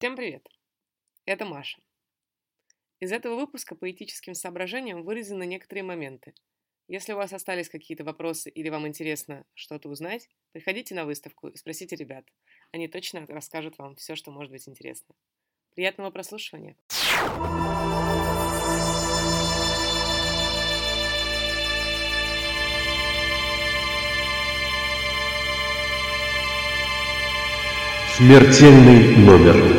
Всем привет! Это Маша. Из этого выпуска по этическим соображениям вырезаны некоторые моменты. Если у вас остались какие-то вопросы или вам интересно что-то узнать, приходите на выставку и спросите ребят. Они точно расскажут вам все, что может быть интересно. Приятного прослушивания! Смертельный номер.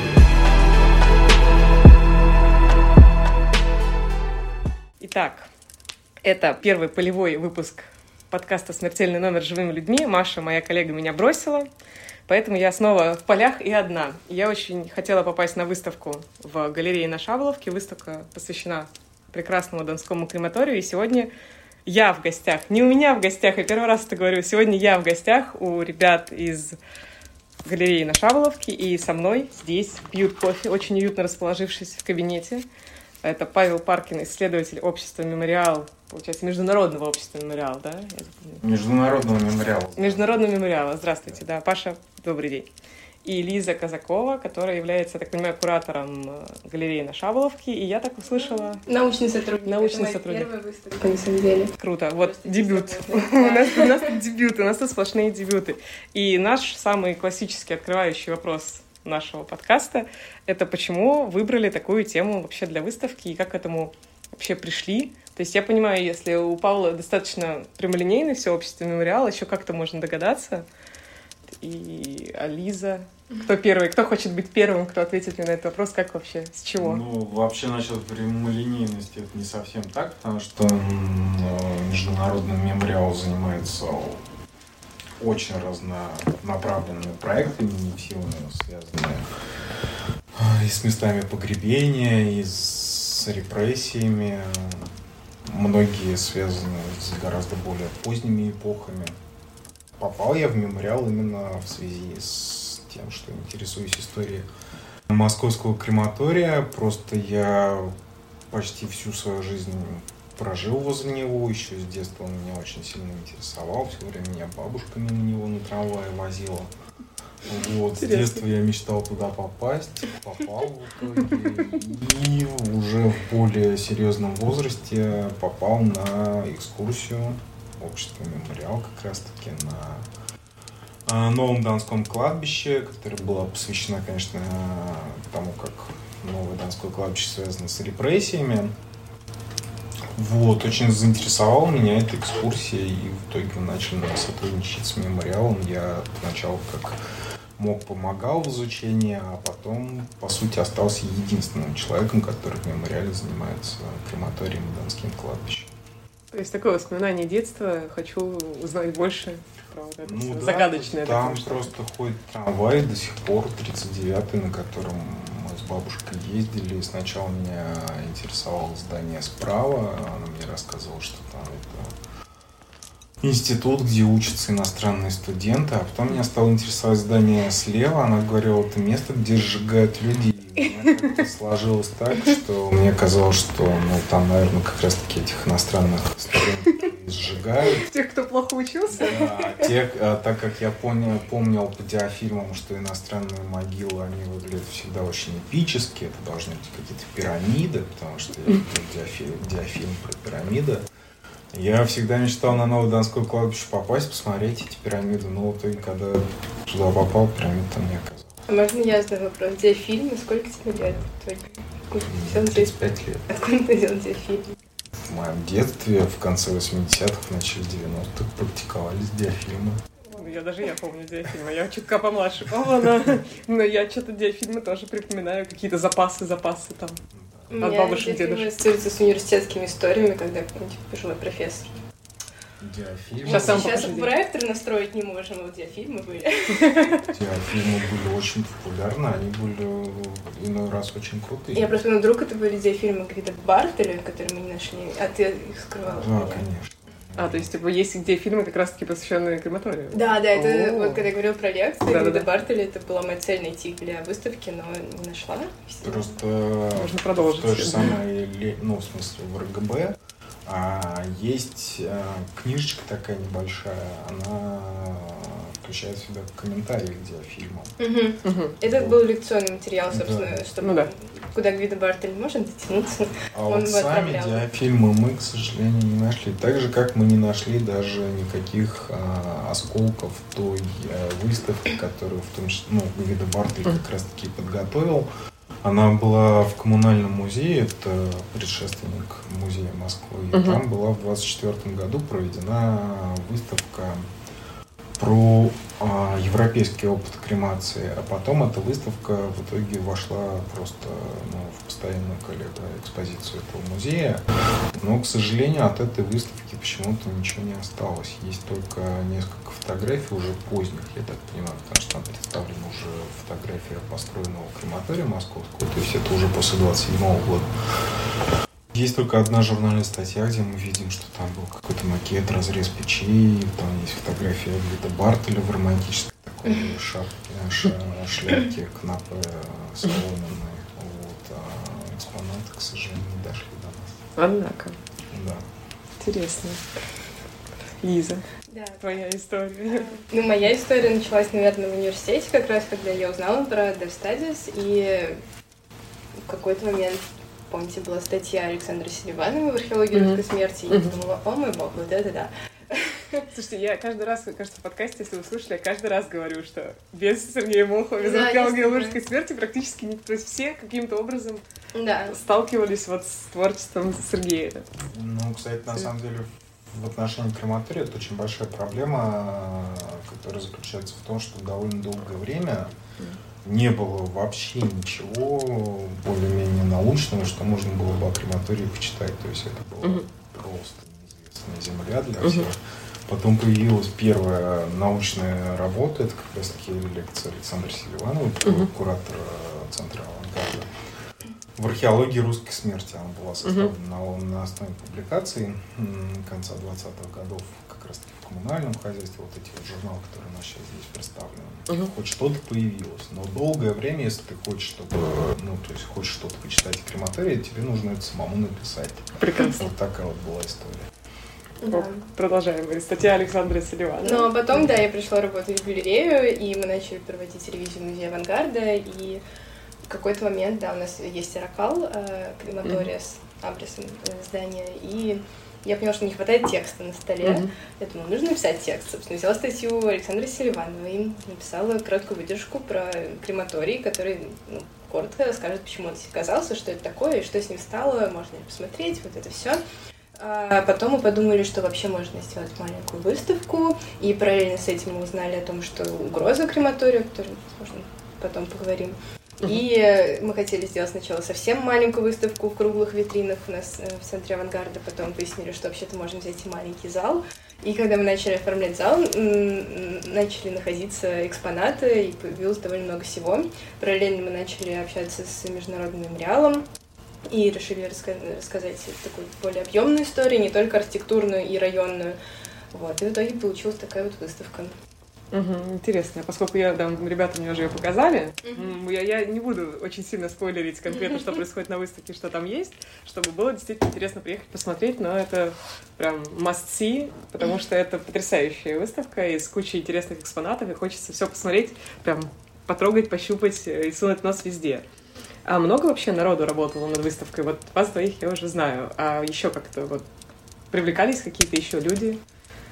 Итак, это первый полевой выпуск подкаста «Смертельный номер» с живыми людьми. Маша, моя коллега, меня бросила, поэтому я снова в полях и одна. Я очень хотела попасть на выставку в галерее на Шаволовке. Выставка посвящена прекрасному Донскому крематорию, и сегодня я в гостях. Не у меня в гостях, я первый раз это говорю. Сегодня я в гостях у ребят из галереи на Шаволовке, и со мной здесь пьют кофе, очень уютно расположившись в кабинете. Это Павел Паркин, исследователь общества «Мемориал», получается, Международного общества «Мемориал», да? Международного мемориала. Международного мемориала, здравствуйте, да. Паша, добрый день. И Лиза Казакова, которая является, я так понимаю, куратором галереи на Шаволовке, и я так услышала... Научный сотрудник. Научный Это сотрудник. Первая выставка, на самом деле. Круто. Вот дебют. У нас тут дебюты, у нас тут сплошные дебюты. И наш самый классический открывающий вопрос нашего подкаста — это почему выбрали такую тему вообще для выставки и как к этому вообще пришли. То есть я понимаю, если у Павла достаточно прямолинейно все общество «Мемориал», еще как-то можно догадаться. А Лиза... Кто первый? Кто хочет быть первым, кто ответит мне на этот вопрос? Как вообще? С чего? Ну, вообще, насчет прямолинейности это не совсем так, потому что Международный мемориал занимается очень разнонаправленными проектами, не все связаны и с местами погребения, и с репрессиями. Многие связаны с гораздо более поздними эпохами. Попал я в мемориал именно в связи с тем, что интересуюсь историей московского крематория. Просто я почти всю свою жизнь прожил возле него. Еще с детства он меня очень сильно интересовал. Все время меня бабушка мимо него на трамвае возила. Вот, с детства я мечтал туда попасть, попал в итоге. И уже в более серьезном возрасте попал на экскурсию общества «Мемориал», как раз-таки на новом Донском кладбище, которое было посвящено, конечно, тому, как новое Донское кладбище связано с репрессиями. Вот, очень заинтересовала меня эта экскурсия, и в итоге мы начали сотрудничать с «Мемориалом». Я поначалу как мог помогал в изучении, а потом, по сути, остался единственным человеком, который в «Мемориале» занимается крематорием и Донским кладбищем. То есть такое воспоминание детства, хочу узнать больше про вот это загадочное. Да, там просто ходит трамвай до сих пор, 39-й, на котором мы с бабушкой ездили. Сначала меня интересовало здание справа, она мне рассказывала, что там это институт, где учатся иностранные студенты, а потом меня стало интересовать здание слева, она говорила, это место, где сжигают людей. У меня как-то сложилось так, что мне казалось, что там, наверное, как раз-таки этих иностранных студентов сжигают. Тех, кто плохо учился? Да, так как я помнил по диафильмам, что иностранные могилы, они выглядят всегда очень эпически, это должны быть какие-то пирамиды, потому что диафильм про пирамиды. Я всегда мечтал на новое Донское кладбище попасть, посмотреть эти пирамиды, но в итоге, когда туда попал, пирамид там не оказалось. А можно я задам вопрос? Диафильм, сколько тебе лет? 35 лет. Откуда ты взял диафильм? В моем детстве, в конце 80-х, в начале 90-х практиковались диафильмы. Я помню диафильмы. Я чутка помладше Павла, но я что-то диафильмы тоже припоминаю. Какие-то запасы там. От бабушек, дедушек. Ассоциируется с университетскими историями, когда пожилой профессор. Диафильмы. Сейчас проектор настроить не можем, вот диафильмы были. Диафильмы были очень популярны, они были иной раз очень крутые. Я просто, вдруг это были диафильмы какие-то Бартеля, которые мы не нашли, а ты их скрывала. Да, конечно. То есть, есть диафильмы как раз-таки посвященные крематорию? Да, это вот когда я говорила про лекции, да. Бартеля, это была моя цель найти для выставки, но не нашла. Просто можно продолжить. То же самое, в смысле, в РГБ есть книжечка такая небольшая, она включает в себя комментарии к диафильмам. Это был лекционный материал, собственно, Да. чтобы куда Гвидо Бартоль может дотянуться. А Он вот его сами отправлял. диафильмы мы, к сожалению, не нашли. Так же, как мы не нашли даже никаких осколков той выставки, которую в том числе, Гвидо Бартоль как раз-таки подготовил. Она была в Коммунальном музее, это предшественник музея Москвы. И там была в 1924 году проведена выставка про европейский опыт кремации, а потом эта выставка в итоге вошла просто в постоянную экспозицию этого музея. Но, к сожалению, от этой выставки почему-то ничего не осталось. Есть только несколько фотографий уже поздних, я так понимаю, потому что там представлены уже фотографии построенного крематория московского, то есть это уже после 1927 года. Есть только одна журнальная статья, где мы видим, что там был какой-то макет, разрез печи, там есть фотография Гвидо Бартоля в романтической такой шляпке, кнапе соломенной. А экспонаты, к сожалению, не дошли до нас. Однако. Да. Интересно. Лиза, Да. твоя история. Моя история началась, наверное, в университете, как раз, когда я узнала про DevStudies, и в какой-то момент, помните, была статья Александра Селиванова в «Археологии русской смерти», и я подумала, о мой бог, вот это да. Слушайте, я каждый раз, кажется, в подкасте, если вы слушали, я каждый раз говорю, что без Сергея Мохова, без археологии русской смерти практически не... То есть все каким-то образом сталкивались вот с творчеством Сергея. Кстати, на самом деле, в отношении крематория это очень большая проблема, которая заключается в том, что довольно долгое время не было вообще ничего более-менее научного, что можно было бы о крематории почитать. То есть это было просто неизвестная земля для всех. Потом появилась первая научная работа, это как раз-таки лекция Александра Селиванова, куратора Центра авангарда. В археологии русской смерти она была составлена на основе публикаций конца 20-х годов, как раз-таки в коммунальном хозяйстве, вот эти вот журналы, которые у нас сейчас здесь представлены. Хоть что-то появилось, но долгое время, если ты хочешь, чтобы, хочешь что-то почитать о крематории, тебе нужно это самому написать. Прекрасно. Вот такая вот была история. Да. Продолжаем. Статья Александра Селиванова. Ну, а потом, я пришла работать в галерею, и мы начали проводить ревизию музея авангарда, и в какой-то момент, у нас есть Оракал, крематория с адресом здания, и я поняла, что не хватает текста на столе. Я думала, нужно написать текст. Собственно, взяла статью Александра Селиванова и написала краткую выдержку про крематорий, который коротко расскажет, почему он оказался, что это такое, и что с ним стало, можно ли посмотреть, вот это все. А потом мы подумали, что вообще можно сделать маленькую выставку, и параллельно с этим мы узнали о том, что угроза крематорию, о которой, возможно, потом поговорим. И мы хотели сделать сначала совсем маленькую выставку в круглых витринах у нас в центре авангарда, потом выяснили, что вообще-то можно взять и маленький зал. И когда мы начали оформлять зал, начали находиться экспонаты, и появилось довольно много всего. Параллельно мы начали общаться с Международным мемориалом, и решили рассказать такую более объемную историю, не только архитектурную и районную. Вот. И в итоге получилась такая вот выставка. Интересно, поскольку ребята мне уже ее показали, я не буду очень сильно спойлерить конкретно, что происходит на выставке, что там есть, чтобы было действительно интересно приехать посмотреть, но это прям must-see, потому что это потрясающая выставка из кучи интересных экспонатов, и хочется все посмотреть, прям потрогать, пощупать и сунуть нос везде. А много вообще народу работало над выставкой? Вот вас двоих я уже знаю, а еще как-то привлекались какие-то еще люди?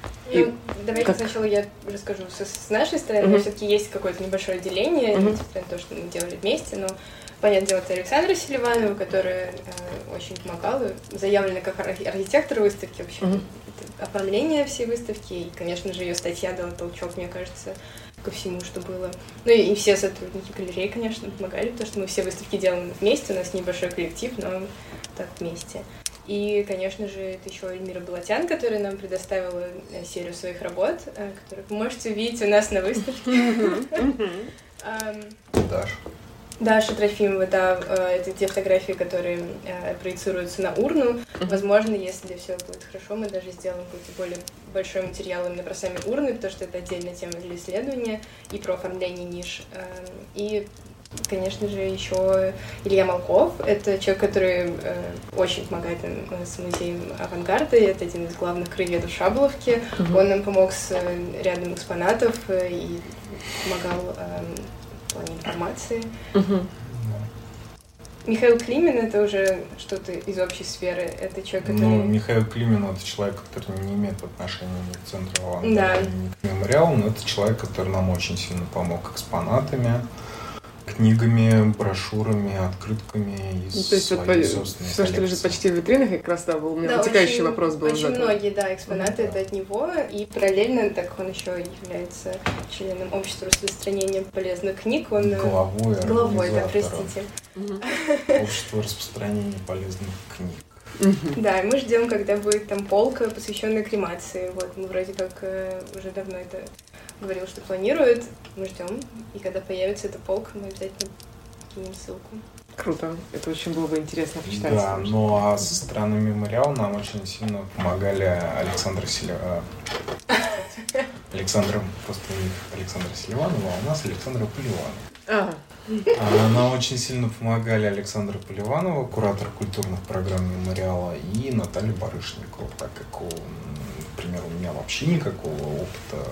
Давайте сначала я расскажу с нашей стороны. Все-таки есть какое-то небольшое деление, несмотря на то, что мы делали вместе, но, понятное дело, это Александра Селиванова, которая очень помогала, заявлена как архитектор выставки, вообще оформление всей выставки, и, конечно же, ее статья дала толчок, мне кажется, ко всему, что было. Ну и все сотрудники галереи, конечно, помогали, потому что мы все выставки делаем вместе, у нас небольшой коллектив, но так вместе. И, конечно же, это еще Эльмира Балатян, которая нам предоставила серию своих работ, которые вы можете увидеть у нас на выставке. Даша Трофимова, это те фотографии, которые проецируются на урну. Возможно, если все будет хорошо, мы даже сделаем какой-то более большой материал именно про сами урны, потому что это отдельная тема для исследования и про оформление ниш. И Конечно же, еще Илья Малков. Это человек, который очень помогает нам с музеем авангарда. Это один из главных краеведов Шаболовки. Он нам помог с рядом экспонатов и помогал в плане информации. Михаил Климин — это уже что-то из общей сферы. Это человек, который... Ну, Михаил Климин — это человек, который не имеет отношения ни к центру авангарда, ни к мемориалу, но это человек, который нам очень сильно помог экспонатами, книгами, брошюрами, открытками из своей собственной все, что лежит почти в витринах, и как раз у меня вытекающий вопрос был. Очень многие, экспонаты это от него, и параллельно, так он еще является членом общества распространения полезных книг. Он главой, простите. Общество распространения полезных книг. Да, и мы ждем, когда будет там полка, посвященная кремации. Вот, мы вроде как уже давно это говорил, что планирует. Мы ждем. И когда появится эта полка, мы обязательно кинем ссылку. Круто. Это очень было бы интересно почитать. Да, ну а со стороны мемориала нам очень сильно помогали Александр Селиванова, а у нас Александра Поливанова. Нам очень сильно помогали Александра Поливанова, куратор культурных программ мемориала, и Наталья Барышникова, так как, например, у меня вообще никакого опыта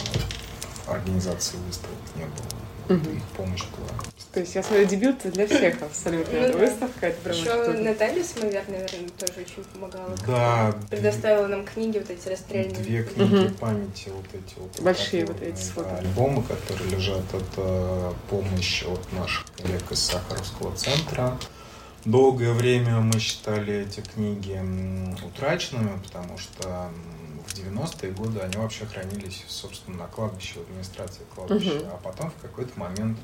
организации выставок не было. Их помощь была. То есть я смотрю, дебют для всех абсолютно. Эта выставка, это прям еще Наталья Смовер, наверное, тоже очень помогала. Да. Предоставила нам книги вот эти расстрельные. 2 книги памяти, вот эти большие вот эти фото. Альбомы, которые лежат, это помощь от наших коллег из Сахаровского центра. Долгое время мы считали эти книги утраченными, потому что в 90-е годы они вообще хранились, собственно, на кладбище, в администрации кладбища. А потом в какой-то момент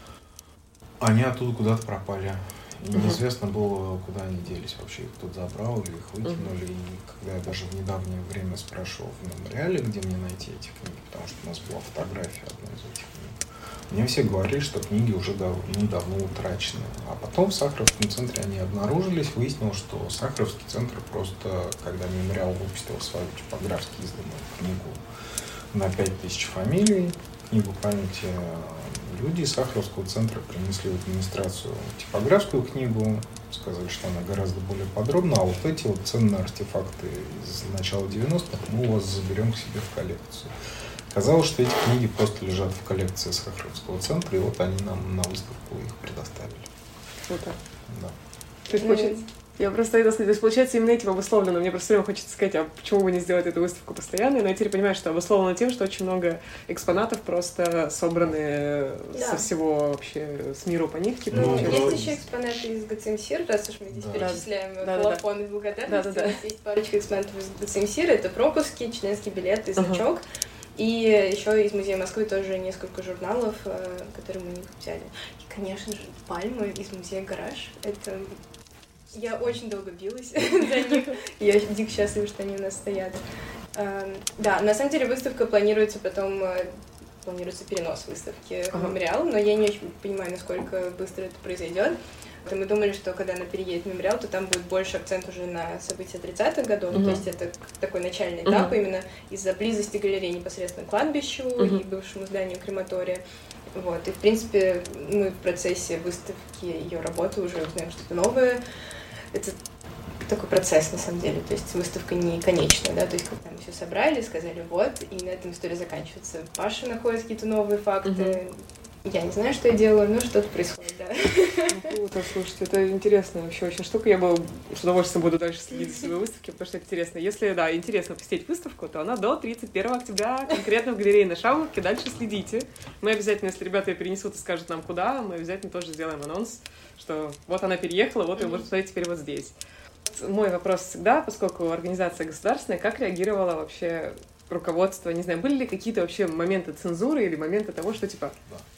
они оттуда куда-то пропали. И неизвестно было, куда они делись вообще. Их кто-то забрал или их выкинули. И когда я даже в недавнее время спрашивал в мемориале, где мне найти эти книги, потому что у нас была фотография одной из этих книг, мне все говорили, что книги уже давно утрачены. А потом в Сахаровском центре они обнаружились. Выяснилось, что Сахаровский центр просто, когда мемориал выпустил свою типографски изданную книгу на 5000 фамилий, книгу памяти, люди из Сахаровского центра принесли в администрацию типографскую книгу, сказали, что она гораздо более подробна, а вот эти вот ценные артефакты из начала 90-х мы у вас заберем к себе в коллекцию. Казалось, что эти книги просто лежат в коллекции Сахаровского центра, и вот они нам на выставку их предоставили. Круто. Да. То есть, получается, я просто хотела сказать, то есть, получается, именно этим обусловлено. Мне просто все время хочется сказать, а почему бы не сделать эту выставку постоянной? Но я теперь понимаю, что обусловлено тем, что очень много экспонатов просто собраны со всего вообще, с миру по нитке. Есть еще экспонаты из ГЦМСИР, раз уж мы здесь перечисляем клафоны благодарности. У нас есть парочка экспонатов из ГЦМСИР, это пропуски, членский билет и значок. И еще из Музея Москвы тоже несколько журналов, которые мы у них взяли. И, конечно же, пальмы из Музея Гараж. Это... Я очень долго билась за них. Я дико счастлива, что они у нас стоят. Да, на самом деле выставка планируется потом... Планируется перенос выставки в мемориал, но я не очень понимаю, насколько быстро это произойдет. Мы думали, что когда она переедет в мемориал, то там будет больше акцент уже на события 30-х годов, то есть это такой начальный этап именно из-за близости галереи непосредственно к кладбищу и бывшему зданию крематория. Вот. И, в принципе, мы в процессе выставки ее работы уже узнаем что-то новое. Это такой процесс, на самом деле, то есть выставка не конечная, да, то есть когда мы все собрали, сказали вот, и на этом история заканчивается. Паша находит какие-то новые факты, я не знаю, что я делаю, но что-то происходит, да. Круто, слушайте, это интересная вообще очень штука. Я с удовольствием буду дальше следить за своей выставкой, потому что это интересно. Если, да, интересно посетить выставку, то она до 31 октября конкретно в галерее на Шаболовке. Дальше следите. Мы обязательно, если ребята ее перенесут и скажут нам куда, мы обязательно тоже сделаем анонс, что вот она переехала, вот ее можно посмотреть теперь вот здесь. Мой вопрос всегда, поскольку организация государственная, как реагировала вообще руководство, не знаю, были ли какие-то вообще моменты цензуры или моменты того, что типа...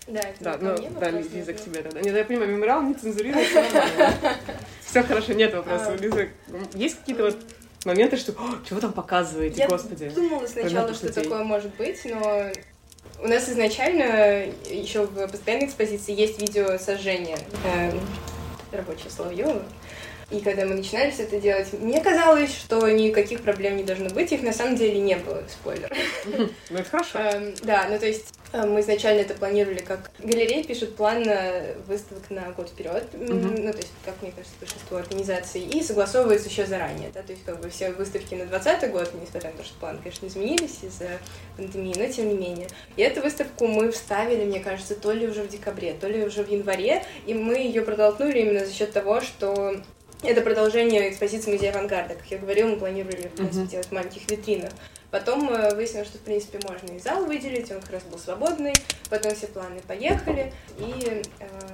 Лиза, к тебе тогда. Нет, я понимаю, мемориал не цензурирует, все нормально. Все хорошо, нет вопросов. Лиза, есть какие-то вот моменты, что чего вы там показываете, господи? Я думала сначала, что такое может быть, но у нас изначально еще в постоянной экспозиции есть видео сожжения рабочего Соловьева. И когда мы начинали все это делать, мне казалось, что никаких проблем не должно быть. Их на самом деле не было, спойлер. Ну, это хорошо. Да, ну то есть Мы изначально это планировали как... Галерея пишет план выставок на год вперед, ну, то есть, как мне кажется, большинство организаций, и согласовывается еще заранее, да, то есть, как бы все выставки на 2020 год, несмотря на то, что планы, конечно, изменились из-за пандемии, но тем не менее. И эту выставку мы вставили, мне кажется, то ли уже в декабре, то ли уже в январе, и мы ее протолкнули именно за счет того, что это продолжение экспозиции музея авангарда. Как я говорила, мы планировали, в принципе, делать в маленьких витринах. Потом выяснилось, что, в принципе, можно и зал выделить, он как раз был свободный. Потом все планы поехали, и...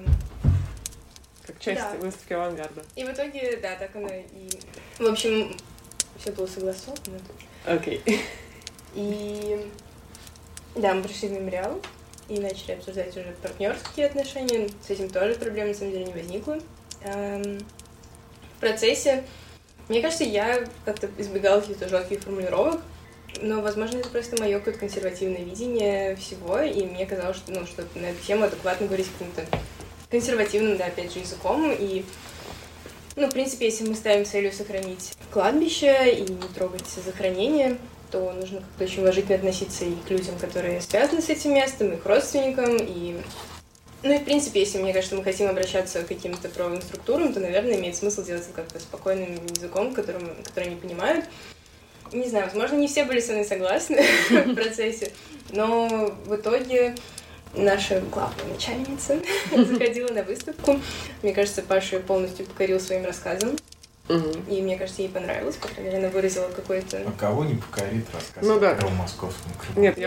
Как часть выставки авангарда. И в итоге, да, так оно и... В общем, все было согласовано. Окей. И... Да, мы пришли в мемориал и начали обсуждать уже партнерские отношения. С этим тоже проблем, на самом деле, не возникло. В процессе, мне кажется, я как-то избегала каких-то жестких формулировок, но, возможно, это просто мое какое-то консервативное видение всего, и мне казалось, что, что на эту тему адекватно говорить каким-то консервативным, да, опять же, языком, и, в принципе, если мы ставим целью сохранить кладбище и не трогать захоронение, то нужно как-то очень уважительно относиться и к людям, которые связаны с этим местом, и к родственникам, и... и, в принципе, если, мне кажется, мы хотим обращаться к каким-то правовым структурам, то, наверное, имеет смысл делать это как-то спокойным языком, который они понимают. Не знаю, возможно, не все были со мной согласны в процессе, но в итоге наша главная начальница заходила на выставку. Мне кажется, Паша полностью покорил своим рассказом. И мне кажется, ей понравилось, по крайней мере, она выразила какой-то... А кого не покорит рассказ о московском Крыму? Нет,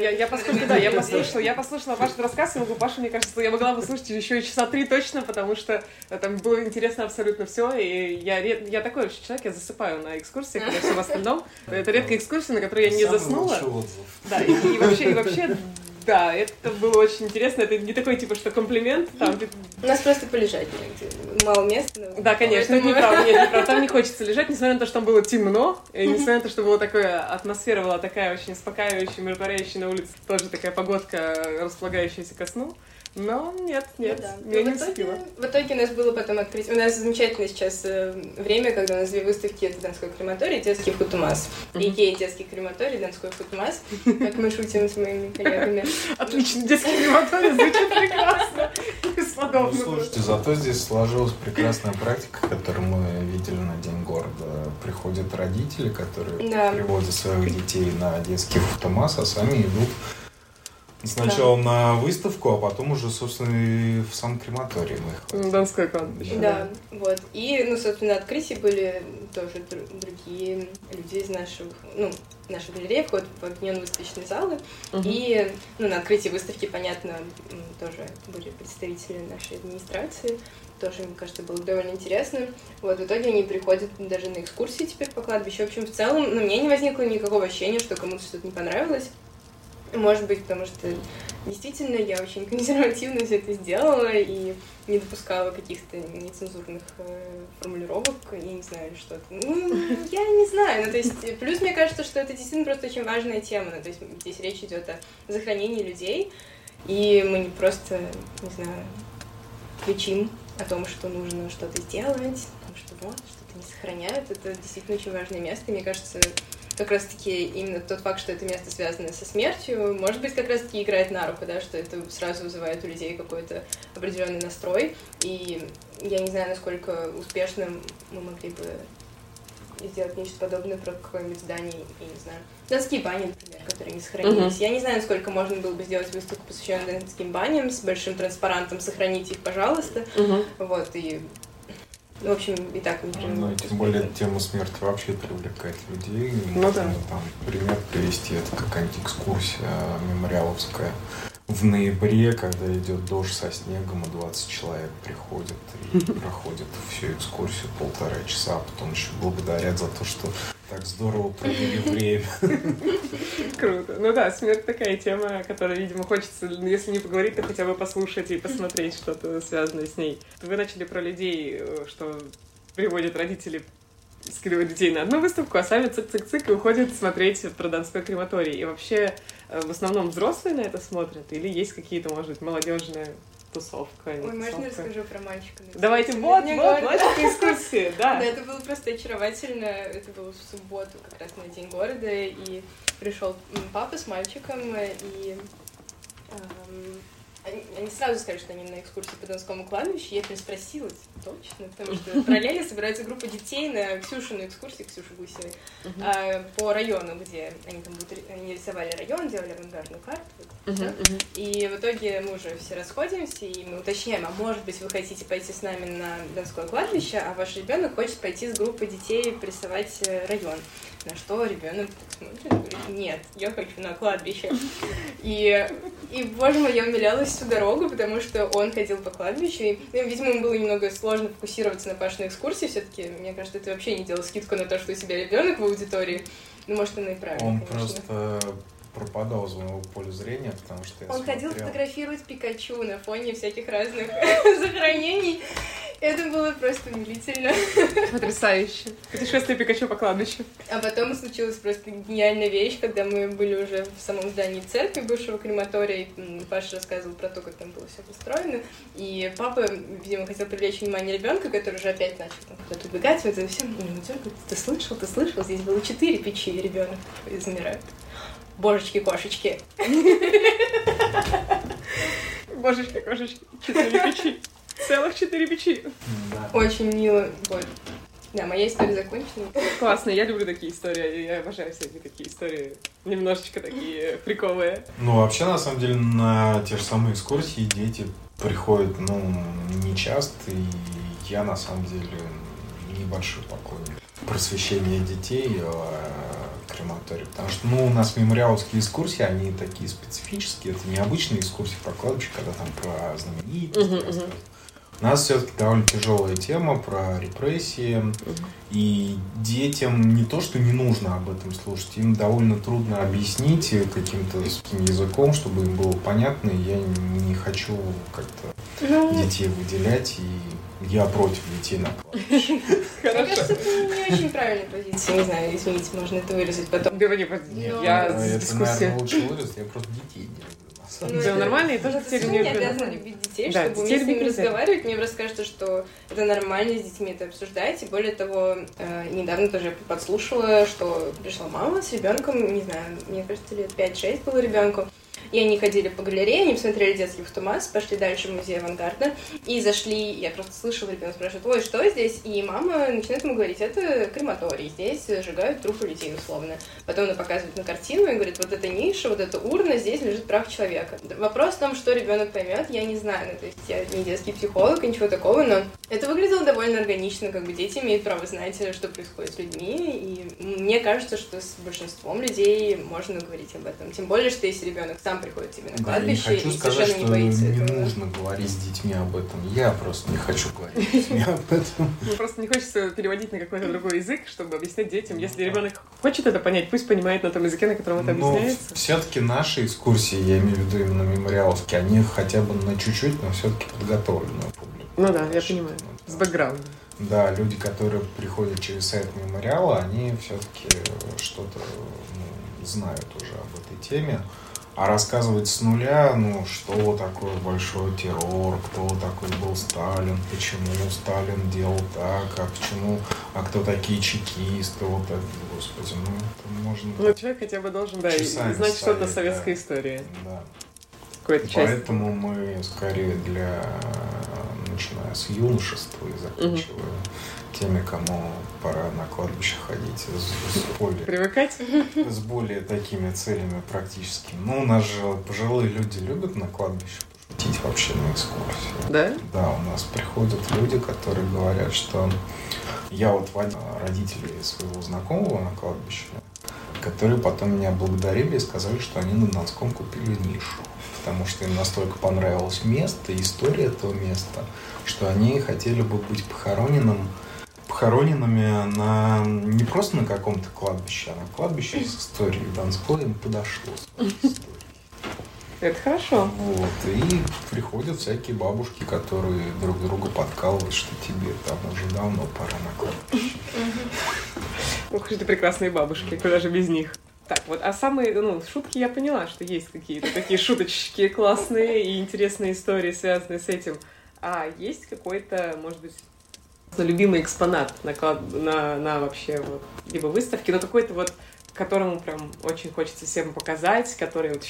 я послушала Пашин рассказ, и Пашу, мне кажется, я могла бы слушать еще и часа 3 точно, потому что там было интересно абсолютно все, и я такой вообще человек, я засыпаю на экскурсиях, и все в остальном. Это редкая экскурсия, на которой я не заснула. Да, и вообще... Да, это было очень интересно. Это не такой, типа, что комплимент. Там, у нас просто полежать негде. Мало места. Да, конечно, это неправда. Нет, неправда. Там не хочется лежать, несмотря на то, что там было темно, и несмотря на то, что была такая атмосфера, была такая очень успокаивающая, умиротворяющая на улице, тоже такая погодка, располагающаяся ко сну. Но нет, я не успела. В итоге у нас было потом открытие. У нас замечательное сейчас время, когда у нас 2 выставки. Это Донской крематорий и детский футумас. Икея детский крематорий, Донской футумас, как мы шутим с моими коллегами. Отлично, детский крематорий звучит прекрасно. Бесподобно. Слушайте, зато здесь сложилась прекрасная практика, которую мы видели на День города. Приходят родители, которые приводят своих детей на детский футумас, а сами идут сначала на выставку, а потом уже, собственно, и в сам крематорий мы Донской кладбище. Да, вот. И, собственно, на открытии были тоже другие люди из нашей галереи, вход в объединенные выставочные залы. И, на открытии выставки, понятно, тоже были представители нашей администрации. Тоже, мне кажется, было довольно интересно. Вот, в итоге они приходят даже на экскурсии теперь по кладбищу. В общем, в целом, мне не возникло никакого ощущения, что кому-то что-то не понравилось. Может быть, потому что действительно я очень консервативно все это сделала и не допускала каких-то нецензурных формулировок, я не знаю, или что-то. Я не знаю. То есть, плюс мне кажется, что это действительно просто очень важная тема. То есть, здесь речь идет о захоронении людей, и мы не просто, не знаю, кричим о том, что нужно что-то сделать, о том, что что-то не сохраняют. Это действительно очень важное место, и мне кажется, как раз-таки именно тот факт, что это место связано со смертью, может быть, как раз-таки играет на руку, да, что это сразу вызывает у людей какой-то определенный настрой. И я не знаю, насколько успешно мы могли бы сделать нечто подобное про какое-нибудь здание, я не знаю, Донские бани, например, которые не сохранились. Я не знаю, насколько можно было бы сделать выставку, посвященную Донским баням, с большим транспарантом «Сохраните их, пожалуйста». Вот, и... В общем, и так, например. Тем более тема смерти вообще привлекает людей. Там пример привести, это какая-нибудь экскурсия мемориаловская. В ноябре, когда идет дождь со снегом, и 20 человек приходят и проходят всю экскурсию 1,5 часа, а потом еще благодарят за то, что так здорово провели время. Круто. Ну да, смерть такая тема, о которой, видимо, хочется, если не поговорить, то хотя бы послушать и посмотреть что-то связанное с ней. Вы начали про людей, что приводят родители, скидывают детей на одну выставку, а сами цик-цик-цик и уходят смотреть про Донской крематорий. И вообще, в основном взрослые на это смотрят? Или есть какие-то, может быть, молодежные тусовка? Ой, можно я расскажу про мальчика? Давайте, мальчика экскурсии, да. Да, это было просто очаровательно. Это было в субботу, как раз на День города, и пришел папа с мальчиком, и Они сразу сказали, что они на экскурсии по Донскому кладбищу. Я переспросила, точно, потому что параллельно собирается группа детей на Ксюшину экскурсию, Ксюши Гусевой, по району, где они там они рисовали район, делали авангардную карту. И в итоге мы уже все расходимся, и мы уточняем, а может быть вы хотите пойти с нами на Донское кладбище, а ваш ребенок хочет пойти с группой детей порисовать район. На что ребенок смотрит и говорит: нет, я хочу на кладбище. И боже мой, я умилялась всю дорогу, потому что он ходил по кладбищу, и, видимо, ему было немного сложно фокусироваться на Пашиной экскурсии, все-таки, мне кажется, ты вообще не делал скидку на то, что у тебя ребенок в аудитории. Ну, может, она и правильно, он конечно. Просто пропадал из моего поля зрения, потому что он ходил фотографировать Пикачу на фоне всяких разных захоронений. Это было просто умилительно. Потрясающе. Путешествие Пикачу по кладбищу. А потом случилась просто гениальная вещь, когда мы были уже в самом здании церкви бывшего крематория, и Паша рассказывал про то, как там было все построено. И папа, видимо, хотел привлечь внимание ребенка, который уже опять начал там куда-то убегать. Вот это все. Ты слышал? Здесь было 4 печи, и ребенок замирает. Божечки-кошечки. Божечки-кошечки. 4 печи. Целых 4 печи. Да. Очень мило. Вот. Да, моя история закончена. Классно, я люблю такие истории. Я обожаю всякие такие истории. Немножечко такие фриковые. Ну, вообще, на самом деле, на те же самые экскурсии дети приходят, не часто. И я, на самом деле, небольшой поклонник просвещения детей крематории. Потому что, у нас мемориаловские экскурсии, они такие специфические. Это не обычные экскурсии по кладбищу, когда там про знаменитости. У нас все-таки довольно тяжелая тема про репрессии. И детям не то, что не нужно об этом слушать, им довольно трудно объяснить каким-то языком, чтобы им было понятно. И я не хочу как-то детей выделять. И я против детей на кладбище. Мне кажется, это не очень правильная позиция. Не знаю, извините, можно это вырезать потом. Это, наверное, лучше вырезать. Я просто детей не люблю. Да, нормально, и тоже детей не обязаны любить детей, чтобы уметь с ними разговаривать. Мне просто кажется, что это нормально, с детьми это обсуждать. И более того, недавно тоже подслушала, что пришла мама с ребенком, не знаю, мне кажется, лет 5-6 было ребенку. И они ходили по галерее, они посмотрели «Детский Томас», пошли дальше в музей авангарда, и зашли, я просто слышала, ребенок спрашивает: ой, что здесь? И мама начинает ему говорить: это крематорий, здесь сжигают трупы людей, условно. Потом она показывает на картину и говорит: вот эта ниша, вот эта урна, здесь лежит прах человека. Вопрос в том, что ребенок поймет, я не знаю, то есть я не детский психолог и ничего такого, но это выглядело довольно органично, как бы дети имеют право знать, что происходит с людьми, и мне кажется, что с большинством людей можно говорить об этом. Тем более, что если ребенок сам приходит тебе на кладбище, и совершенно не боится этого. Не нужно говорить с детьми об этом. Я просто не хочу говорить с детьми об этом. Просто не хочется переводить на какой-то другой язык, чтобы объяснять детям. Если ребенок хочет это понять, пусть понимает на том языке, на котором это объясняется. Но все-таки наши экскурсии, я имею в виду именно мемориаловские, они хотя бы на чуть-чуть, но все-таки подготовленную публику. Ну да, я понимаю. С бэкграундом. Да, люди, которые приходят через сайт мемориала, они все-таки что-то знают уже об этой теме. А рассказывать с нуля, что такое большой террор, кто такой был Сталин, почему Сталин делал так, кто такие чекисты, вот это, господи, это можно... человек хотя бы должен, знать что-то о советской истории. Да. Поэтому мы скорее начиная с юношества и заканчивая теми, кому пора на кладбище ходить привыкать с более такими целями практическими. У нас же пожилые люди любят на кладбище пошутить вообще на экскурсии. Да? Да, у нас приходят люди, которые говорят, что я водил родителей своего знакомого на кладбище, которые потом меня благодарили и сказали, что они на Донском купили нишу. Потому что им настолько понравилось место, история этого места, что они хотели бы быть похороненными не просто на каком-то кладбище, а на кладбище с историей. Донское им подошло с этой историей. Это хорошо. И приходят всякие бабушки, которые друг друга подкалывают, что тебе там уже давно пора на кладбище. Ох, это прекрасные бабушки, куда же без них. Так, а самые, шутки я поняла, что есть какие-то такие шуточки классные и интересные истории, связанные с этим. А есть какой-то, может быть, любимый экспонат на вообще либо выставке, но какой-то которому прям очень хочется всем показать, который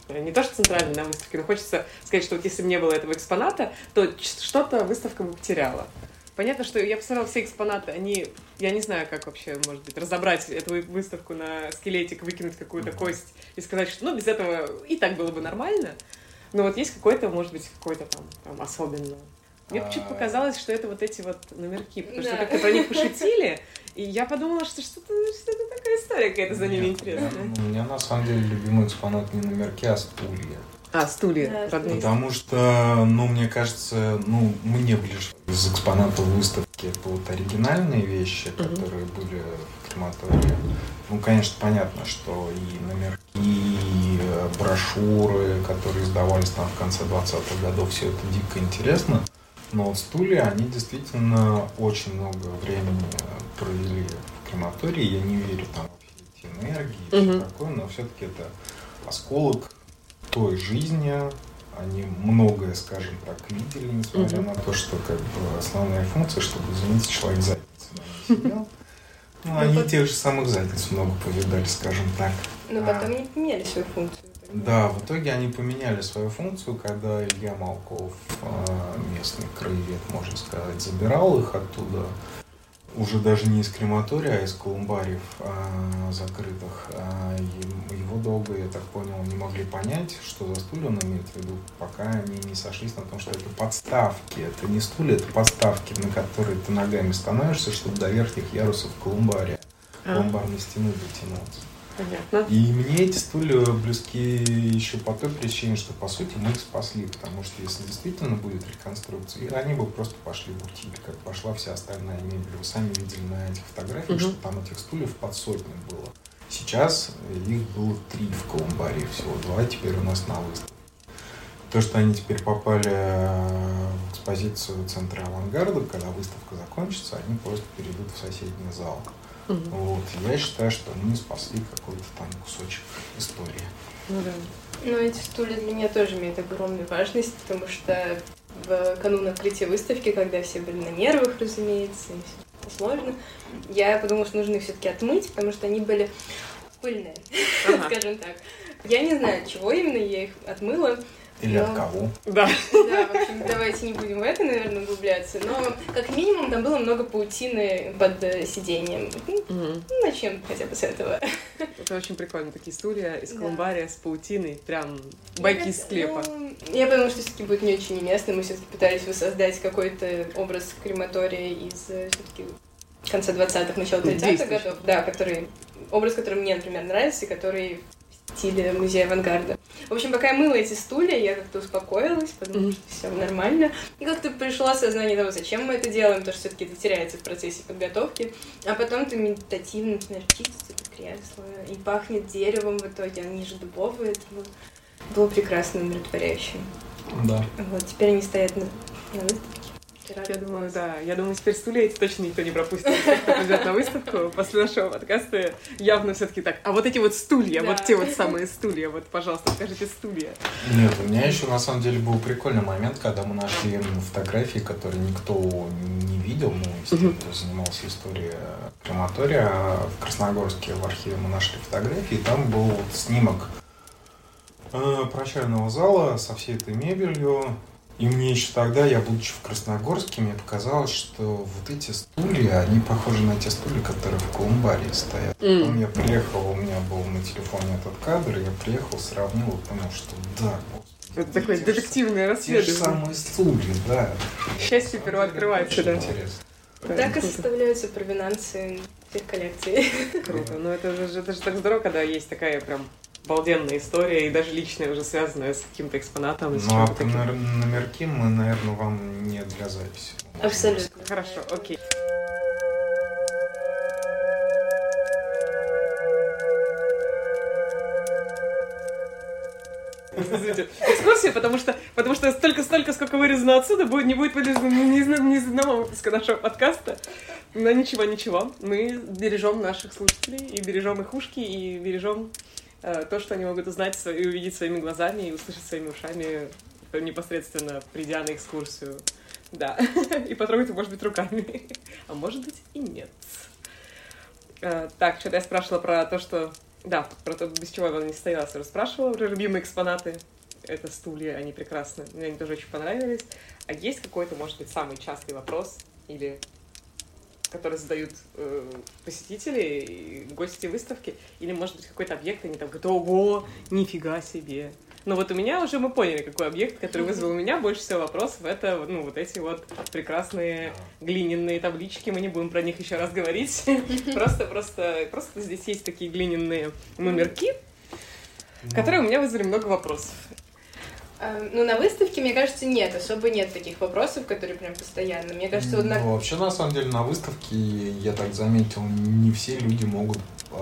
не то что центральный на выставке, но хочется сказать, что вот если бы не было этого экспоната, то что-то выставка бы потеряла. Понятно, что я посмотрела все экспонаты, я не знаю, как вообще, может быть, разобрать эту выставку на скелетик, выкинуть какую-то кость и сказать, что, без этого и так было бы нормально, но вот есть какой-то, может быть, какой-то там особенное. Мне почему-то показалось, что это вот эти вот номерки, потому что как-то про них пошутили, и я подумала, что что-то такая история какая-то за ними интересная. У меня, на самом деле, любимый экспонат не номерки, а стулья. Стулья. Да, потому что, мне кажется, мне ближе из экспонатов выставки это вот оригинальные вещи, которые были в крематории. Конечно, понятно, что и номерки, и брошюры, которые издавались там в конце 20-х годов, все это дико интересно. Но вот стулья, они действительно очень много времени провели в крематории. Я не верю там во все эти энергии и все такое, но все-таки это осколок той жизни. Они многое, скажем так, видели, несмотря на то, что основная функция, чтобы, извините, человек задницей сидел. Они тех же самых задниц много повидали, скажем так. Но потом они поменяли свою функцию. Да, в итоге они поменяли свою функцию, когда Илья Малков, местный краевед, можно сказать, забирал их оттуда, уже даже не из крематория, а из колумбариев закрытых. Его долго, я так понял, не могли понять, что за стулья он имеет в виду, пока они не сошлись на том, что это подставки. Это не стулья, это подставки, на которые ты ногами становишься, чтобы до верхних ярусов колумбария, колумбарной стены дотянуться. Понятно. И мне эти стулья близки еще по той причине, что, по сути, мы их спасли, потому что если действительно будет реконструкция, они бы просто пошли в утиль, как пошла вся остальная мебель. Вы сами видели на этих фотографиях, что там этих стульев под сотню было. Сейчас их было 3 в колумбарии всего, 2 теперь у нас на выставке. То, что они теперь попали в экспозицию Центра Авангарда, когда выставка закончится, они просто перейдут в соседний зал. Я считаю, что мы спасли какой-то там кусочек истории. Но эти стулья для меня тоже имеют огромную важность, потому что в канун открытия выставки, когда все были на нервах, разумеется, и все это сложно, я подумала, что нужно их все-таки отмыть, потому что они были пыльные, скажем так. Я не знаю, от чего именно я их отмыла. Или от кого? Да. Да, в общем, давайте не будем в это, наверное, углубляться. Но, как минимум, там было много паутины под сиденьем. Начнем хотя бы с этого. Это очень прикольно. Такие стулья из колумбария с паутиной. Прям байки из склепа. Я подумала, что все-таки будет не очень уместно. Мы все-таки пытались воссоздать какой-то образ крематория из все-таки конца 20-х, начала 30-х годов. Да, образ, который мне, например, нравится, и который в стиле музея авангарда. В общем, пока я мыла эти стулья, я как-то успокоилась, подумала, что все нормально. И как-то пришло осознание того, зачем мы это делаем, потому что все-таки это теряется в процессе подготовки. А потом ты медитативно начинаешь чистить это кресло, и пахнет деревом в итоге, они же дубовые. Это было прекрасно, умиротворяюще. Да. Вот, теперь они стоят на выставке. Я думаю, да. Я думаю, теперь стулья эти точно никто не пропустит. Кто придет на выставку после нашего подкаста, явно все-таки так. А вот эти вот стулья, вот те вот самые стулья, вот, пожалуйста, скажите стулья. Нет, у меня еще на самом деле был прикольный момент, когда мы нашли фотографии, которые никто не видел, если кто занимался историей крематория. В Красногорске в архиве мы нашли фотографии, и там был снимок прощального зала со всей этой мебелью. И мне еще тогда, я будучи в Красногорске, мне показалось, что вот эти стулья, они похожи на те стулья, которые в колумбарии стоят. Потом я приехал, у меня был на телефоне этот кадр, я приехал, сравнил и понял, что да, это такое детективное расследование. Те же самые стулья, да. Счастье первооткрывается, да. Интересно. Так и составляются провинансы всех коллекций. Круто. Но это же так здорово, когда есть такая прям обалденная история, и даже личная уже связанная с каким-то экспонатом. Ну, а номерки мы, наверное, вам не для записи. Абсолютно. Хорошо, окей. Экскурсия, потому что столько, сколько вырезано отсюда, не будет вырезано ни из одного выпуска нашего подкаста. Но ничего. Мы бережем наших слушателей, и бережем их ушки, и бережем то, что они могут узнать и увидеть своими глазами, и услышать своими ушами, непосредственно придя на экскурсию. Да. И потрогать, может быть, руками. А может быть, и нет. Так, что-то я спрашивала про то, что Да, про то, без чего она не стояла, сразу спрашивала про любимые экспонаты. Это стулья, они прекрасны. Мне они тоже очень понравились. А есть какой-то, может быть, самый частый вопрос, или который задают посетители и гости выставки, или, может быть, какой-то объект, они там говорят: ого, нифига себе. Но вот у меня уже мы поняли, какой объект, который вызвал у меня больше всего вопросов, это, вот эти вот прекрасные глиняные таблички, мы не будем про них еще раз говорить. Просто здесь есть такие глиняные номерки, которые у меня вызвали много вопросов. На выставке, мне кажется, особо нет таких вопросов, которые прям постоянно. Мне кажется, вообще, на самом деле, на выставке, я так заметил, не все люди могут,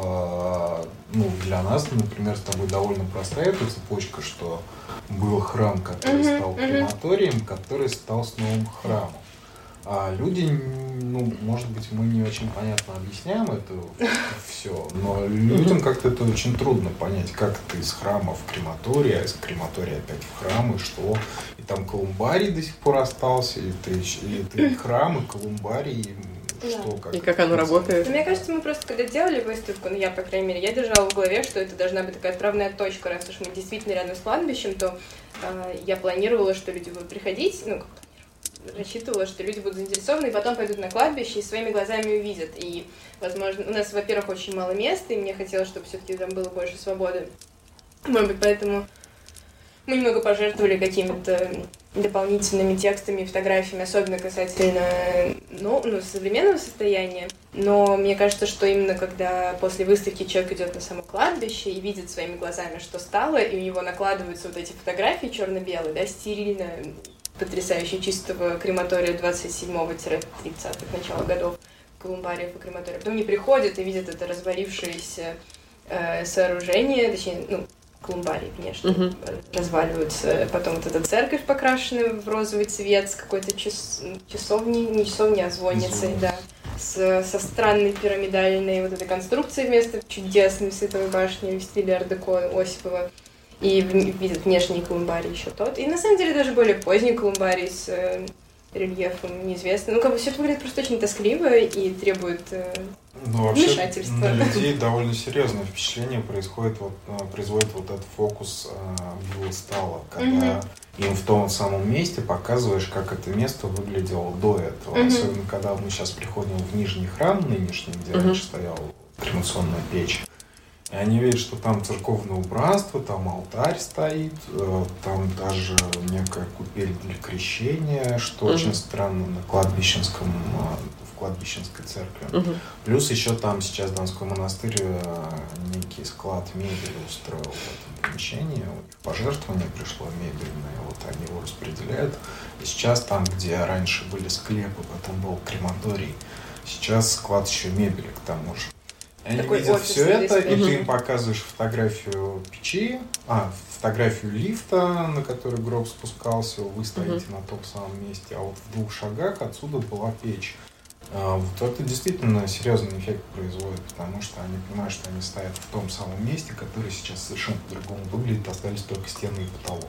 для нас, например, с тобой довольно простая эта цепочка, что был храм, который стал крематорием, который стал с новым храмом. А люди, может быть, мы не очень понятно объясняем это все, но людям как-то это очень трудно понять, как ты из храма в крематорий, а из крематория опять в храм, и что. И там колумбарий до сих пор остался, и ты храм, и колумбарий, что, как. И как оно работает. Мне кажется, мы просто, когда делали выставку, я, по крайней мере, я держала в голове, что это должна быть такая отправная точка, раз уж мы действительно рядом с кладбищем, то я планировала, что люди будут приходить, рассчитывала, что люди будут заинтересованы, и потом пойдут на кладбище и своими глазами увидят. И, возможно, у нас, во-первых, очень мало места, и мне хотелось, чтобы все-таки там было больше свободы. Может быть, поэтому мы немного пожертвовали какими-то дополнительными текстами и фотографиями, особенно касательно современного состояния. Но мне кажется, что именно когда после выставки человек идет на само кладбище и видит своими глазами, что стало, и у него накладываются вот эти фотографии черно-белые, стерильно, потрясающе чистого крематория 27-30-х начала годов, колумбариев и крематория. Потом они приходят и видят это развалившееся сооружение, точнее, колумбарии, конечно, разваливаются. Потом вот эта церковь, покрашенная в розовый цвет, с какой-то часовней, не часовней, а звонницей, да, со странной пирамидальной вот этой конструкцией вместо чудесной световой башни в стиле ар-деко Осипова. И видят внешний колумбарий еще тот. И на самом деле даже более поздний колумбарий с рельефом неизвестным. Все это выглядит просто очень тоскливо и требует вмешательства. На людей довольно серьезное впечатление производит вот этот фокус стала, когда им в том самом месте показываешь, как это место выглядело до этого. Особенно, когда мы сейчас приходим в Нижний храм нынешний, где раньше стояла кремационная печь. И они видят, что там церковное убранство, там алтарь стоит, там даже некая купель для крещения, что очень странно в кладбищенской церкви. Плюс еще там сейчас Донской монастырь некий склад мебели устроил в этом помещении. У них пожертвование пришло мебельное, вот они его распределяют. И сейчас там, где раньше были склепы, потом был крематорий, сейчас склад еще мебели к тому же. Они видят все это, и ты им показываешь фотографию печи, фотографию лифта, на который гроб спускался, вы стоите на том самом месте, а вот в 2 шагах отсюда была печь. Вот это действительно серьезный эффект производит, потому что они понимают, что они стоят в том самом месте, которое сейчас совершенно по-другому выглядит, остались только стены и потолок.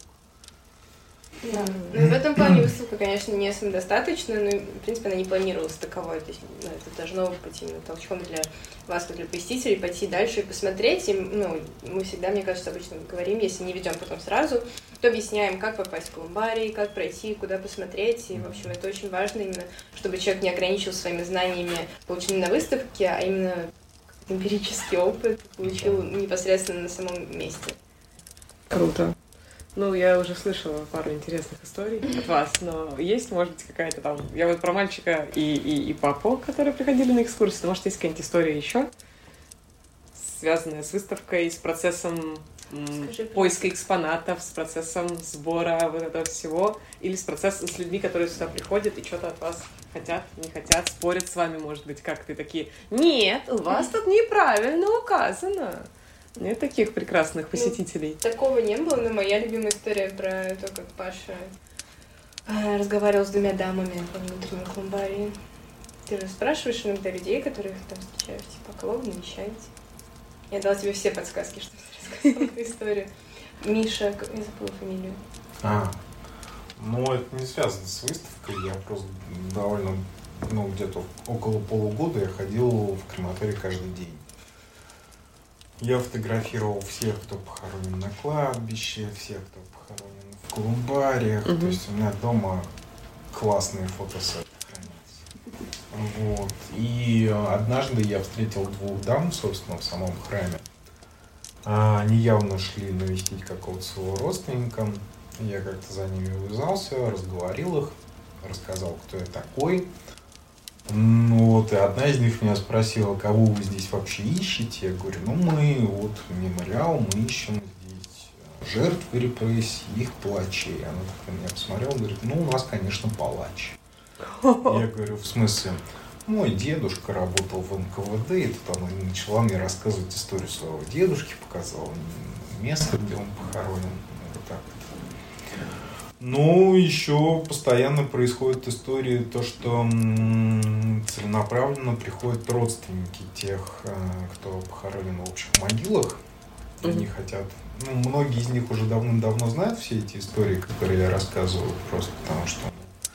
Да. В этом плане выставка, конечно, не самодостаточна, но, в принципе, она не планировалась таковой. То есть, это должно быть именно толчком для вас, как для посетителей, пойти дальше и посмотреть. И, мы всегда, мне кажется, обычно говорим, если не ведем потом сразу, то объясняем, как попасть в колумбарий, как пройти, куда посмотреть. И, в общем, это очень важно именно, чтобы человек не ограничил своими знаниями, полученными на выставке, а именно эмпирический опыт получил непосредственно на самом месте. Круто. Я уже слышала пару интересных историй от вас, но есть, может быть, какая-то там... Я вот про мальчика и папу, которые приходили на экскурсию, но, может, есть какая-нибудь история еще, связанная с выставкой, с процессом поиска экспонатов, с процессом сбора вот этого всего, или с процессом с людьми, которые сюда приходят и что-то от вас хотят, не хотят, спорят с вами, может быть, как-то такие: «Нет, у вас тут неправильно указано». Нет таких прекрасных посетителей? Такого не было, но моя любимая история про то, как Паша разговаривал с 2 дамами во внутреннем колумбарии. Ты же спрашиваешь иногда людей, которых там встречаешь, типа, кого вы навещаете? Я дала тебе все подсказки, чтобы ты рассказала эту историю. Миша, я забыла фамилию. Это не связано с выставкой, я просто довольно, где-то около полугода я ходил в крематорий каждый день. Я фотографировал всех, кто похоронен на кладбище, всех, кто похоронен в колумбариях. То есть у меня дома классные фотосеты хранятся. Вот. И однажды я встретил 2 дам, собственно, в самом храме. Они явно шли навестить какого-то своего родственника. Я как-то за ними увязался, разговорил их, рассказал, кто я такой. Вот, и одна из них меня спросила, кого вы здесь вообще ищете? Я говорю, мы вот мемориал, мы ищем здесь жертв репрессий, их палачей. Она так на меня посмотрела, говорит, у нас, конечно, палач. Я говорю, в смысле? Мой дедушка работал в НКВД, и тут она начала мне рассказывать историю своего дедушки, показала место, где он похоронен. Вот так вот. Еще постоянно происходит история, то, что целенаправленно приходят родственники тех, кто похоронен в общих могилах. Они хотят... многие из них уже давным-давно знают все эти истории, которые я рассказываю, просто потому что,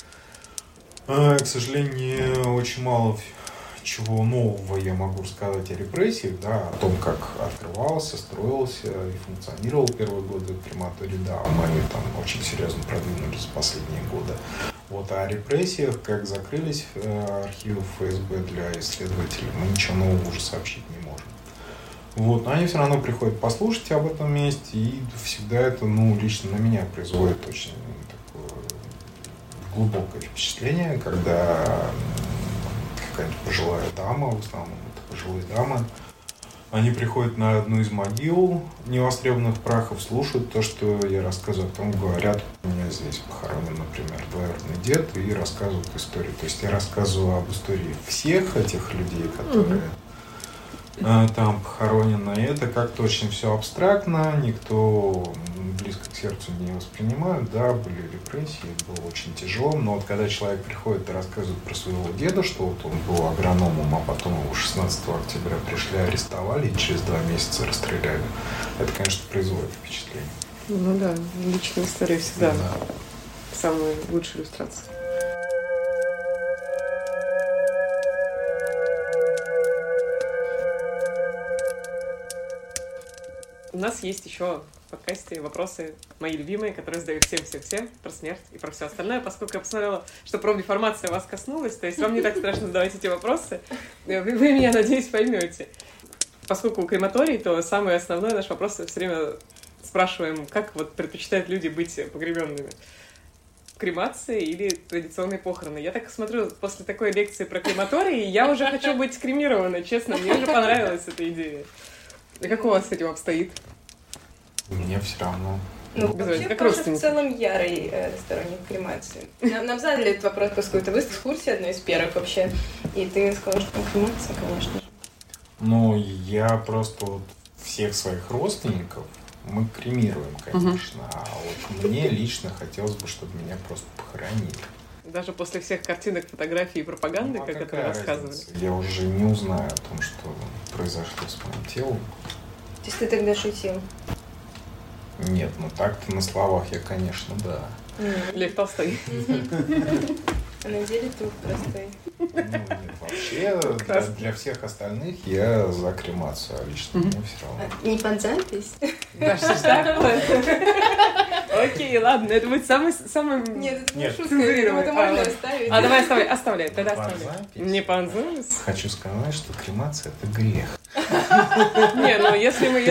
к сожалению, очень мало чего нового я могу рассказать о репрессиях, да, о том, как открывался, строился и функционировал первые годы крематорий, да, они там очень серьезно продвинулись в последние годы. Вот, а о репрессиях, как закрылись архивы ФСБ для исследователей, мы ничего нового уже сообщить не можем. Вот, но они все равно приходят послушать об этом месте, и всегда это, лично на меня производит очень такое глубокое впечатление, когда какая-нибудь пожилая дама, в основном это пожилые дамы, они приходят на одну из могил невостребованных прахов, слушают то, что я рассказываю, потом говорят, у меня здесь похоронен, например, двоюродный дед, и рассказывают историю. То есть я рассказываю об истории всех этих людей, которые там похоронены. И это как-то очень все абстрактно, никто близко к сердцу не воспринимает. Да, были репрессии, было очень тяжело. Но вот когда человек приходит и рассказывает про своего деда, что вот он был агрономом, а потом его 16 октября пришли, арестовали и через 2 месяца расстреляли, это, конечно, производит впечатление. Ну да, личная история всегда самая лучшая иллюстрация. У нас есть еще в подкасте вопросы мои любимые, которые задают всем про смерть и про все остальное. Поскольку я посмотрела, что профдеформация вас коснулась, то есть вам не так страшно задавать эти вопросы, вы меня, надеюсь, поймете. Поскольку крематорий, то самый основной наш вопрос все время спрашиваем, как вот предпочитают люди быть погребенными. Кремации или традиционные похороны. Я так смотрю, после такой лекции про крематорий, я уже хочу быть кремированной, честно, мне уже понравилась эта идея. И как у вас с этим обстоит? Мне все равно. Вообще, как Паша в целом ярый сторонник кремации. Нам задали этот вопрос, поскольку ты в экскурсии одной из первых вообще, и ты сказала, что кремация, конечно же. Я просто вот всех своих родственников мы кремируем, конечно, а вот мне лично хотелось бы, чтобы меня просто похоронили. Даже после всех картинок, фотографий и пропаганды, как это рассказывали? Я уже не узнаю о том, что произошло с моим телом. То есть ты тогда шутил? Нет, так-то на словах я, конечно, да. Лев Толстой. А на деле труп простой. Нет, вообще для всех остальных я за кремацию, а лично мне все равно. Не под запись? Да, что ж такое? Окей, ладно, это будет самый... Нет, это не шутка, это можно оставить. Давай оставляй, тогда оставляй. Не под запись? Хочу сказать, что кремация — это грех. Не, если мы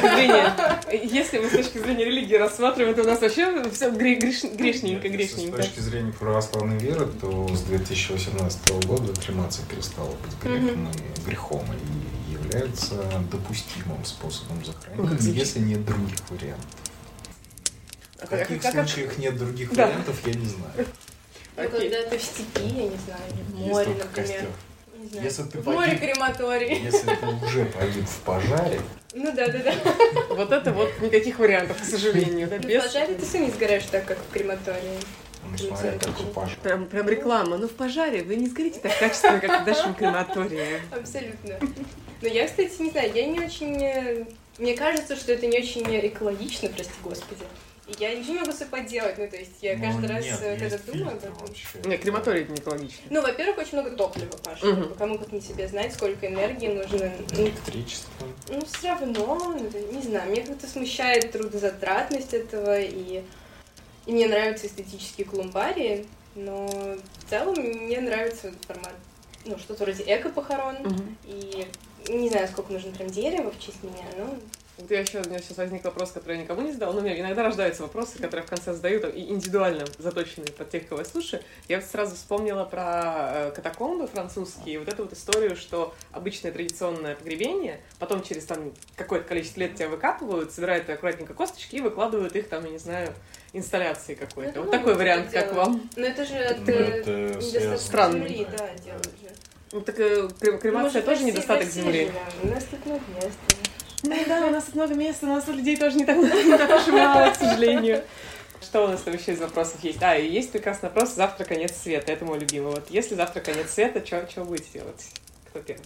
с точки зрения религии рассматриваем, то у нас вообще все грешненько. С точки зрения православной веры, то с 2018 года кремация перестала быть грехом и является допустимым способом захоронения, если нет других вариантов. В каких случаях нет других вариантов, я не знаю. Когда ты в степи, я не знаю, или в море, например. Если ты в море крематорий. Если ты уже погиб в пожаре. Да. Вот это вот никаких вариантов, к сожалению. В пожаре ты сам не сгораешь так, как в крематории. Смотря какой пожар. Прям реклама. Но в пожаре вы не сгорите так качественно, как в нашем крематории. Абсолютно. Но я, кстати, не знаю, я не очень... Мне кажется, что это не очень экологично, прости господи. я ничего не могу с собой поделать, то есть я каждый раз думаю об этом. Нет, крематорий это не экологично. Во-первых, очень много топлива, Паша. Кому как не себе знать, сколько энергии нужно. Электричество. Все равно, не знаю, меня как-то смущает трудозатратность этого, и мне нравятся эстетические колумбарии, но в целом мне нравится формат, что-то вроде эко-похорон, и не знаю, сколько нужно прям дерева в честь меня, но... У меня сейчас возник вопрос, который я никому не задала, но у меня иногда рождаются вопросы, которые в конце задают, и индивидуально заточенные под тех, кого я слушаю. Я сразу вспомнила про катакомбы французские, вот эту вот историю, что обычное традиционное погребение, потом через какое-то количество лет тебя выкапывают, собирают аккуратненько косточки и выкладывают их я не знаю, инсталляции какой-то. Вот такой вариант, как вам? Ну это же недостаток земли, да, делают же. Так кремация тоже недостаток земли. У нас тут много места. Да, у нас тут много места, у нас у людей тоже не так уж и мало, к сожалению. Что у нас там еще из вопросов есть? И есть прекрасный вопрос «Завтра конец света». Это мой любимый. Вот если завтра конец света, что будете делать? Кто первый?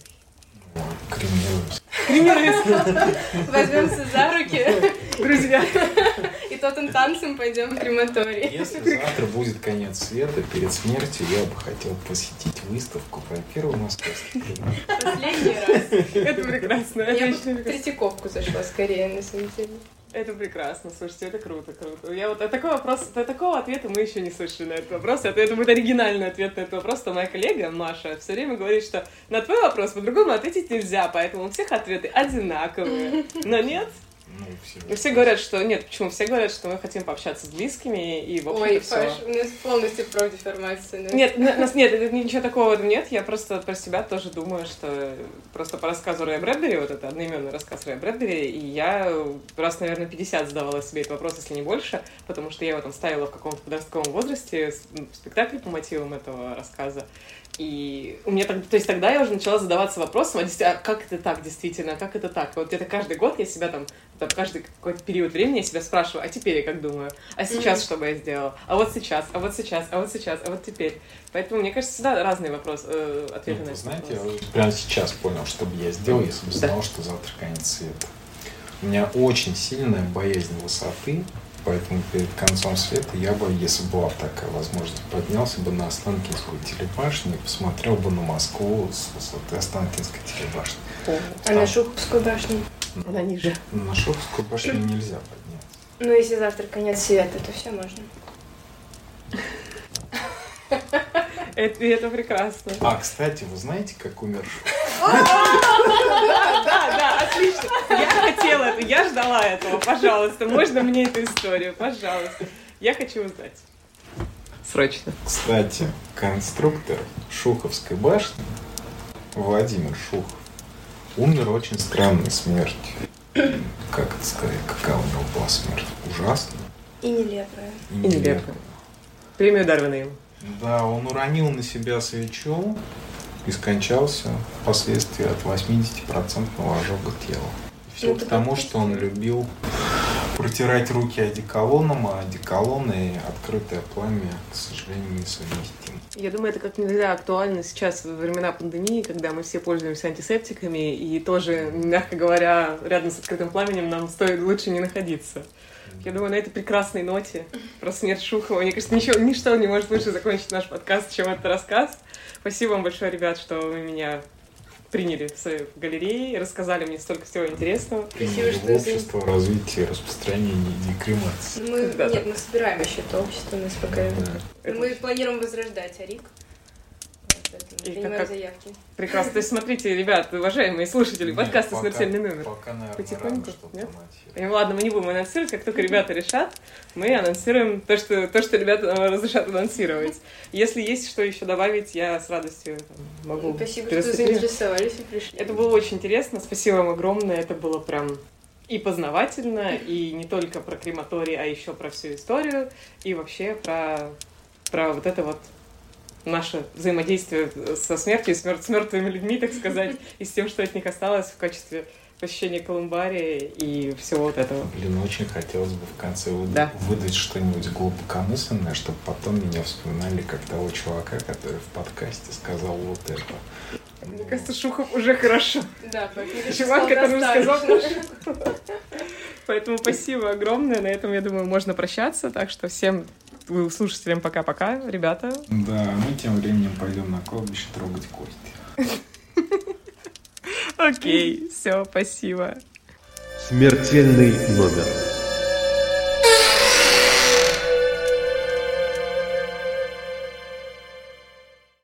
Кремируемся. Возьмемся за руки, друзья, и тотем танцем пойдем в крематорий. Если завтра будет конец света, перед смертью я бы хотел посетить выставку про первый московский крематорий. Последний раз. Это прекрасно. Я бы в Третьяковку зашла скорее, на самом деле. Это прекрасно, слушайте, это круто. Я такого ответа мы еще не слышали на этот вопрос. Это будет оригинальный ответ на этот вопрос, что моя коллега Маша все время говорит, что на твой вопрос по-другому ответить нельзя, поэтому у всех ответы одинаковые. Но нет. Все говорят, что нет, почему? Все говорят, что мы хотим пообщаться с близкими и в общем-то все. Ой, Паш, у нас полностью профдеформация. Нет, ничего такого в этом нет. Я просто про себя тоже думаю, что просто по рассказу Рэя Брэдбери, вот это одноименный рассказ Рэя Брэдбери, и я раз, наверное, 50 задавала себе этот вопрос, если не больше, потому что я его там ставила в каком-то подростковом возрасте спектакль по мотивам этого рассказа. И у меня тогда я уже начала задаваться вопросом, а как это так действительно, как это так? Вот это каждый год я себя каждый какой-то период времени я себя спрашиваю, а теперь я как думаю, а сейчас что бы я сделала, а вот сейчас, а вот сейчас, а вот сейчас, а вот теперь. Поэтому, мне кажется, всегда разные ответы на это. Знаете, я прямо сейчас понял, что бы я сделал, если бы знал, что завтра конец света. У меня очень сильная боязнь высоты, поэтому перед концом света я бы, если была такая возможность, поднялся бы на Останкинскую телебашню и посмотрел бы на Москву с высоты Останкинской телебашни. А на Шуховскую башню? Она ниже. На Шуховскую башню нельзя подняться. Ну, если завтра конец света, то все можно. Это прекрасно. Кстати, вы знаете, как умер Шухов? Да, отлично. Я хотела это, я ждала этого. Пожалуйста, можно мне эту историю? Пожалуйста. Я хочу узнать. Срочно. Кстати, конструктор Шуховской башни Владимир Шухов умер очень странной смертью. Как это сказать, какая у него была смерть? Ужасная. И нелепая. И нелепая. Премию Дарвина ему. Да, он уронил на себя свечу и скончался впоследствии от 80% ожога тела. Все потому, что он любил протирать руки одеколоном, а одеколон и открытое пламя, к сожалению, несовместимы. Я думаю, это как нельзя актуально сейчас, во времена пандемии, когда мы все пользуемся антисептиками, и тоже, мягко говоря, рядом с открытым пламенем нам стоит лучше не находиться. Я думаю, на этой прекрасной ноте про смерть Шухова, мне кажется, ничто не может лучше закончить наш подкаст, чем этот рассказ. Спасибо вам большое, ребят, что вы меня приняли в своей галерее, рассказали мне столько всего интересного. Приняли в общество развития и распространения идей кремации. Мы собираем еще это общество, у нас пока... Да. Мы планируем возрождать АРИК. Принимаю заявки. Прекрасно. То есть, смотрите, ребят, уважаемые слушатели, подкаста «Смертельный номер». Пока, наверное, потихоньку. Нет? Ладно, мы не будем анонсировать. Как только ребята решат, мы анонсируем то, что ребята разрешат анонсировать. Если есть что еще добавить, я с радостью могу. Спасибо, что заинтересовались и пришли. Это было очень интересно. Спасибо вам огромное. Это было прям и познавательно, и не только про крематорий, а еще про всю историю, и вообще про вот это вот наше взаимодействие со смертью, с мертвыми людьми, так сказать, и с тем, что от них осталось в качестве посещения колумбария и всего вот этого. Блин, очень хотелось бы в конце выдать что-нибудь глубокомысленное, чтобы потом меня вспоминали как того чувака, который в подкасте сказал вот это. Мне кажется, Шухов уже хорошо. Да, чувак, который сказал хорошо. Поэтому спасибо огромное. На этом, я думаю, можно прощаться. Так что всем слушателям пока-пока, ребята. Да, мы тем временем пойдем на кладбище трогать кости. Окей, все, спасибо. Смертельный номер.